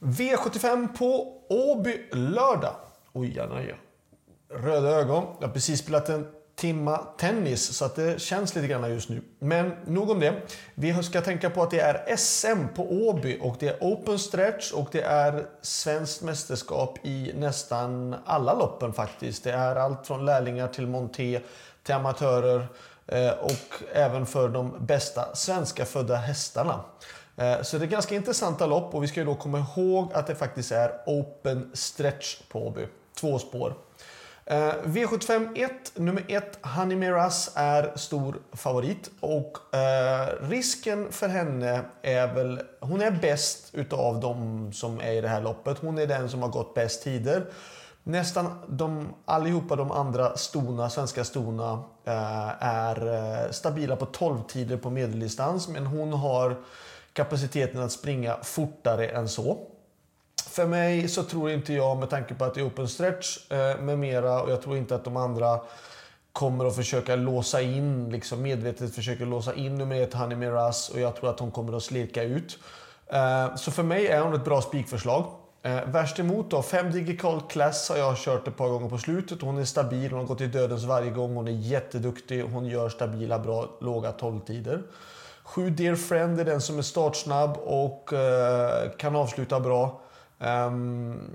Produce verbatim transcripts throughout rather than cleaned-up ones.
V sjuttiofem på Åby lördag. Oj, ja, nej. Röda ögon. Jag har precis spelat en timma tennis så att det känns lite grann just nu. Men nog om det. Vi ska tänka på att det är S M på Åby och det är open stretch och det är svenskt mästerskap i nästan alla loppen faktiskt. Det är allt från lärlingar till monté till amatörer och även för de bästa svenska födda hästarna. Så det är ganska intressanta lopp och vi ska ju då komma ihåg att det faktiskt är open stretch på Åby. Två spår. V sjuttiofem ett, nummer ett, Honey Miraz är stor favorit och eh, risken för henne är väl, hon är bäst utav de som är i det här loppet. Hon är den som har gått bäst tider. Nästan de, allihopa de andra stona, svenska stona eh, är stabila på tolv tider på medeldistans, men hon har kapaciteten att springa fortare än så. För mig så tror inte jag, med tanke på att det är open stretch eh, med mera, och jag tror inte att de andra kommer att försöka låsa in, liksom medvetet försöka låsa in nummer ett Honey Miraz, och jag tror att hon kommer att slirka ut. Eh, så för mig är hon ett bra spikförslag. Eh, värst emot då, fem Digital Class har jag kört ett par gånger på slutet. Hon är stabil, hon har gått i dödens varje gång, hon är jätteduktig, hon gör stabila, bra, låga tolv-tider. sju Dear Friend är den som är startsnabb och eh, kan avsluta bra. Um,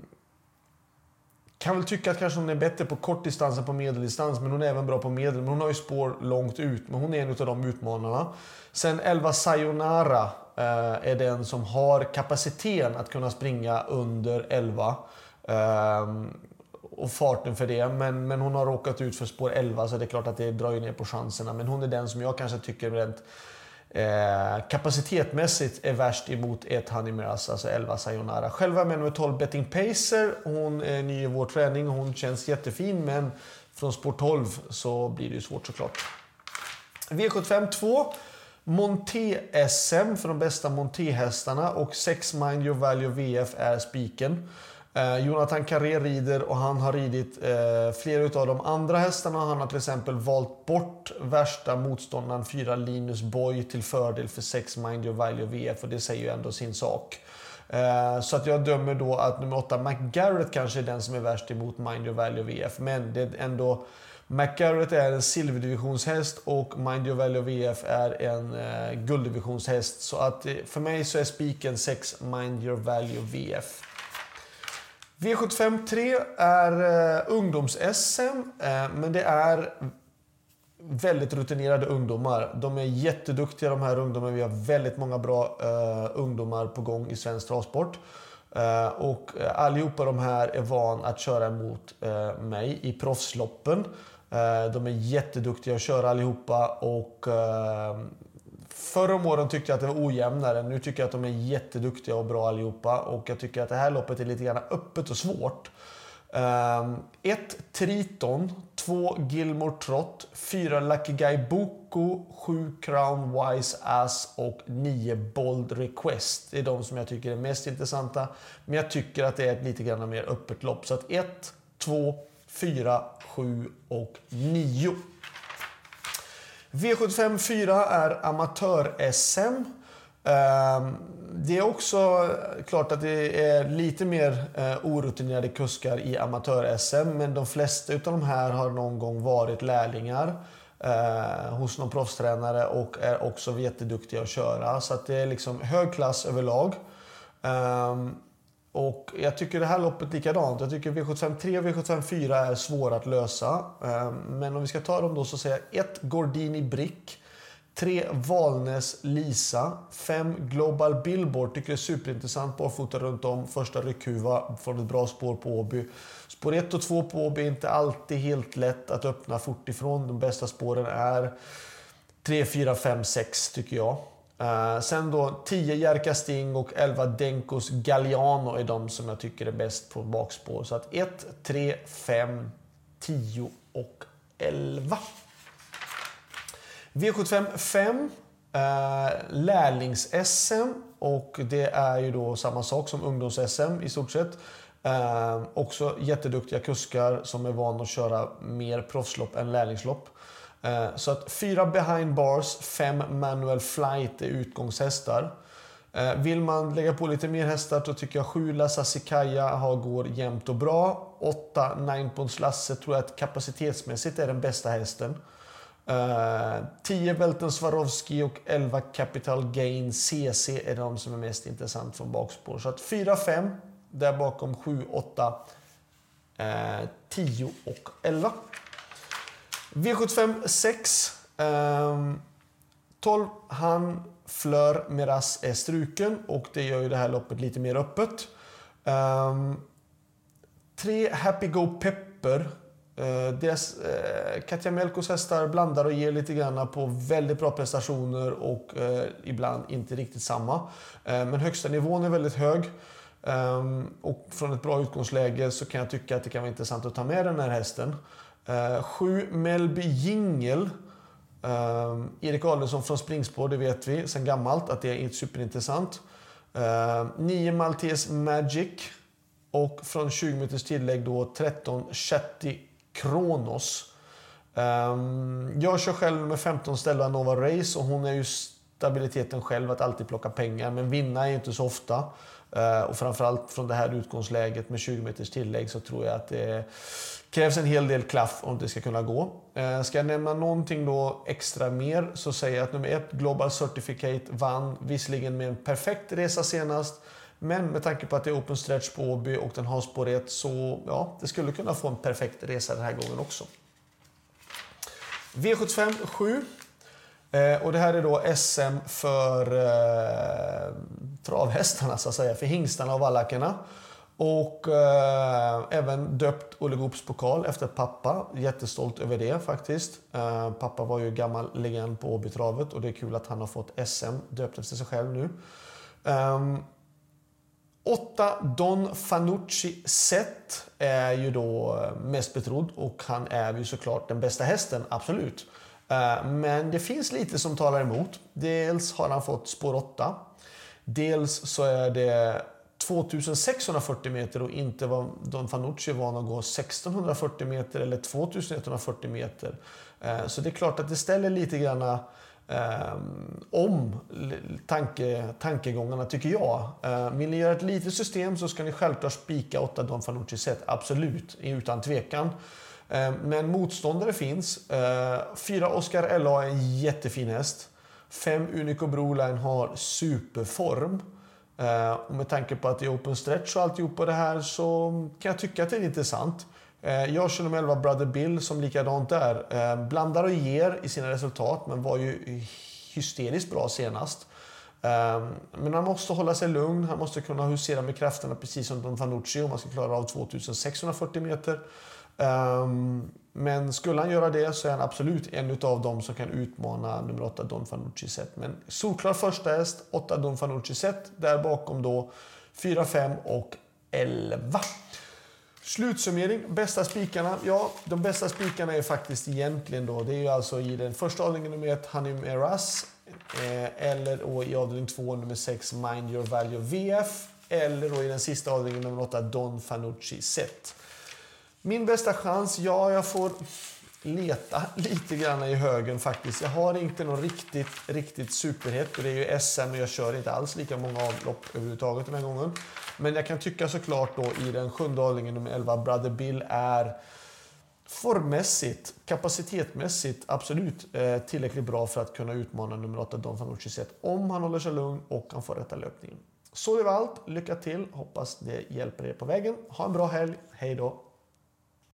kan väl tycka att kanske hon är bättre på kortdistans än på medeldistans, men hon är även bra på medel, men hon har ju spår långt ut, men hon är en av de utmanarna. Sen elva Sayonara uh, är den som har kapaciteten att kunna springa under elva um, och farten för det, men, men hon har råkat ut för spår elva, så det är klart att det drar ju ner på chanserna, men hon är den som jag kanske tycker rent Eh, kapacitetmässigt är värst emot ett Honey Miraz, alltså elva Sayonara. Själva med nummer tolv Betting Pacer, hon är ny i vår träning, hon känns jättefin, men från spår tolv så blir det ju svårt såklart. V sjuttiofem två, monté-S M för de bästa monté-hästarna och sex Mind Your Value V F är spiken. Eh, Jonathan Carré rider och han har ridit eh, flera av de andra hästarna. Han har till exempel valt bort värsta motståndaren fyra Linus Boy till fördel för sex Mind Your Value V F, och det säger ju ändå sin sak. Eh, så att jag dömer då att nummer åtta McGarrett kanske är den som är värst emot Mind Your Value V F, men det är ändå McGarrett är en silverdivisionshäst och Mind Your Value V F är en eh, gulddivisionshäst, så att eh, för mig så är spiken sex Mind Your Value V F. V sjuttiofem tre är uh, ungdoms-S M, uh, men det är väldigt rutinerade ungdomar. De är jätteduktiga, de här ungdomarna. Vi har väldigt många bra uh, ungdomar på gång i svensk travsport. Uh, och uh, allihopa de här är van att köra emot uh, mig i proffsloppen. Uh, de är jätteduktiga att köra allihopa, och uh, förra om åren tyckte jag att det var ojämnare. Nu tycker jag att de är jätteduktiga och bra allihopa. Och jag tycker att det här loppet är lite grann öppet och svårt. ett Triton, två Gilmore Trot, fyra Lucky Guy Boko, sju Crown Wise Ass och nio Bold Request. Det är de som jag tycker är mest intressanta. Men jag tycker att det är ett lite grann mer öppet lopp. Så att ett, två, fyra, sju och nio. V sjuttiofem fyra är amatör-S M. Det är också klart att det är lite mer orutinerade kuskar i amatör-S M, men de flesta av de här har någon gång varit lärlingar hos någon proffstränare och är också jätteduktiga att köra. Så att det är liksom hög klass överlag. Och jag tycker det här loppet likadant. Jag tycker V sjuttiofem tre och V sjuttiofem fyra är svåra att lösa. Men om vi ska ta dem då så säger jag ett Gordini Brick, tre Valnes Lisa, fem Global Billboard. Tycker det är superintressant, barfota runt om, första ryckhuva från ett bra spår på Åby. Spår ett och två på Åby är inte alltid helt lätt att öppna fort ifrån. De bästa spåren är tre, fyra, fem, sex tycker jag. Uh, sen då tio Jerka Sting och elva Denkos Galliano är de som jag tycker är bäst på bakspår. Så att ett, tre, fem, tio och elva. V sjuttiofem fem, uh, lärlings-S M, och det är ju då samma sak som ungdoms-S M i stort sett. Uh, också jätteduktiga kuskar som är vana att köra mer proffslopp än lärlingslopp. Så att fyra Behind Bars, fem Manual Flight är utgångshästar. Eh, vill man lägga på lite mer hästar så tycker jag sju Lassa Sikaya har går jämnt och bra. åtta Nine Points Lasse tror jag att kapacitetsmässigt är den bästa hästen. Uh, tio Belton Swarovski och elva Capital Gain C C är de som är mest intressant från bakspår. Så att fyra fem, där bakom sju, åtta, tio och elva. V sjuttiofem sex. Um, tolv Han Fleur Miraz är struken och det gör ju det här loppet lite mer öppet. Um, tre Happy Go Pepper. Uh, deras, uh, Katja Melkos hästar blandar och ger lite grann på väldigt bra prestationer och uh, ibland inte riktigt samma. Uh, men högsta nivån är väldigt hög. Um, och från ett bra utgångsläge så kan jag tycka att det kan vara intressant att ta med den här hästen. Uh, sju Melby Jingle. Um, Erik Adelsson från springspår, det vet vi sen gammalt att det är inte superintressant. Uh, nio Maltese Magic och från tjugo meters tillägg då tretton Chatty Kronos. Um, jag kör själv med femton Stella Nova Race och hon är ju stabiliteten själv att alltid plocka pengar, men vinna är inte så ofta. Uh, och framförallt från det här utgångsläget med tjugo meters tillägg så tror jag att det krävs en hel del klaff om det ska kunna gå. Uh, ska jag nämna någonting då extra mer så säger jag att nummer ett Global Certificate vann visserligen med en perfekt resa senast, men med tanke på att det är open stretch på Åby och den har spår ett så ja, det skulle kunna få en perfekt resa den här gången också. V sjuttiofem sju. Eh, och det här är då S M för eh, travhästarna så att säga, för hingstarna och vallakerna. Och eh, även döpt Olle Goops pokal efter pappa. Jättestolt över det faktiskt. Eh, pappa var ju gammal legend på Åbytravet och det är kul att han har fått S M döpt efter sig själv nu. Um, åtta Don Fanucci Set är ju då mest betrodd och han är ju såklart den bästa hästen, absolut. Men det finns lite som talar emot. Dels har han fått spår åtta. Dels så är det tvåtusensexhundrafyrtio meter och inte vad Don Fanucci var att gå sextonhundrafyrtio meter eller tvåtusenetthundrafyrtio meter. Så det är klart att det ställer lite grann Um, om tanke, tankegångarna tycker jag. Uh, vill ni göra ett litet system så ska ni självklart spika åtta Don Fanucci Set, absolut, utan tvekan. Uh, men motståndare finns. Uh, fyra Oscar L A är en jättefin häst. fem Unico Broline har superform. Uh, och med tanke på att det är open stretch och alltihop på det här så kan jag tycka att det är intressant. Jag kör nummer elva Brother Bill som likadant där. Blandar och ger i sina resultat men var ju hysteriskt bra senast. Men han måste hålla sig lugn. Han måste kunna husera med krafterna precis som Don Fanucci om man ska klara av tvåtusensexhundrafyrtio meter. Men skulle han göra det så är han absolut en av dem som kan utmana nummer åtta Don Fanucci Set. Men solklar första häst, åtta Don Fanucci Set. Där bakom då fyra, fem och elva. Slutsummering, bästa spikarna. Ja, de bästa spikarna är faktiskt egentligen då. Det är ju alltså i den första avdelningen nummer ett Honey Miraz. Eh, eller då i avdelning två nummer sex Mind Your Value V F. Eller då i den sista avdelningen nummer åtta Don Fanucci Set. Min bästa chans, ja jag får leta lite grann i högen faktiskt. Jag har inte någon riktigt, riktigt superhet. Och det är ju S M och jag kör inte alls lika många avlopp överhuvudtaget den här gången. Men jag kan tycka såklart då i den sjunde avdelningen nummer elva Brother Bill är formmässigt, kapacitetmässigt absolut eh, tillräckligt bra för att kunna utmana nummer åtta Don Fanucci Set om han håller sig lugn och kan få rätta löpningen. Så det var allt. Lycka till. Hoppas det hjälper er på vägen. Ha en bra helg. Hej då.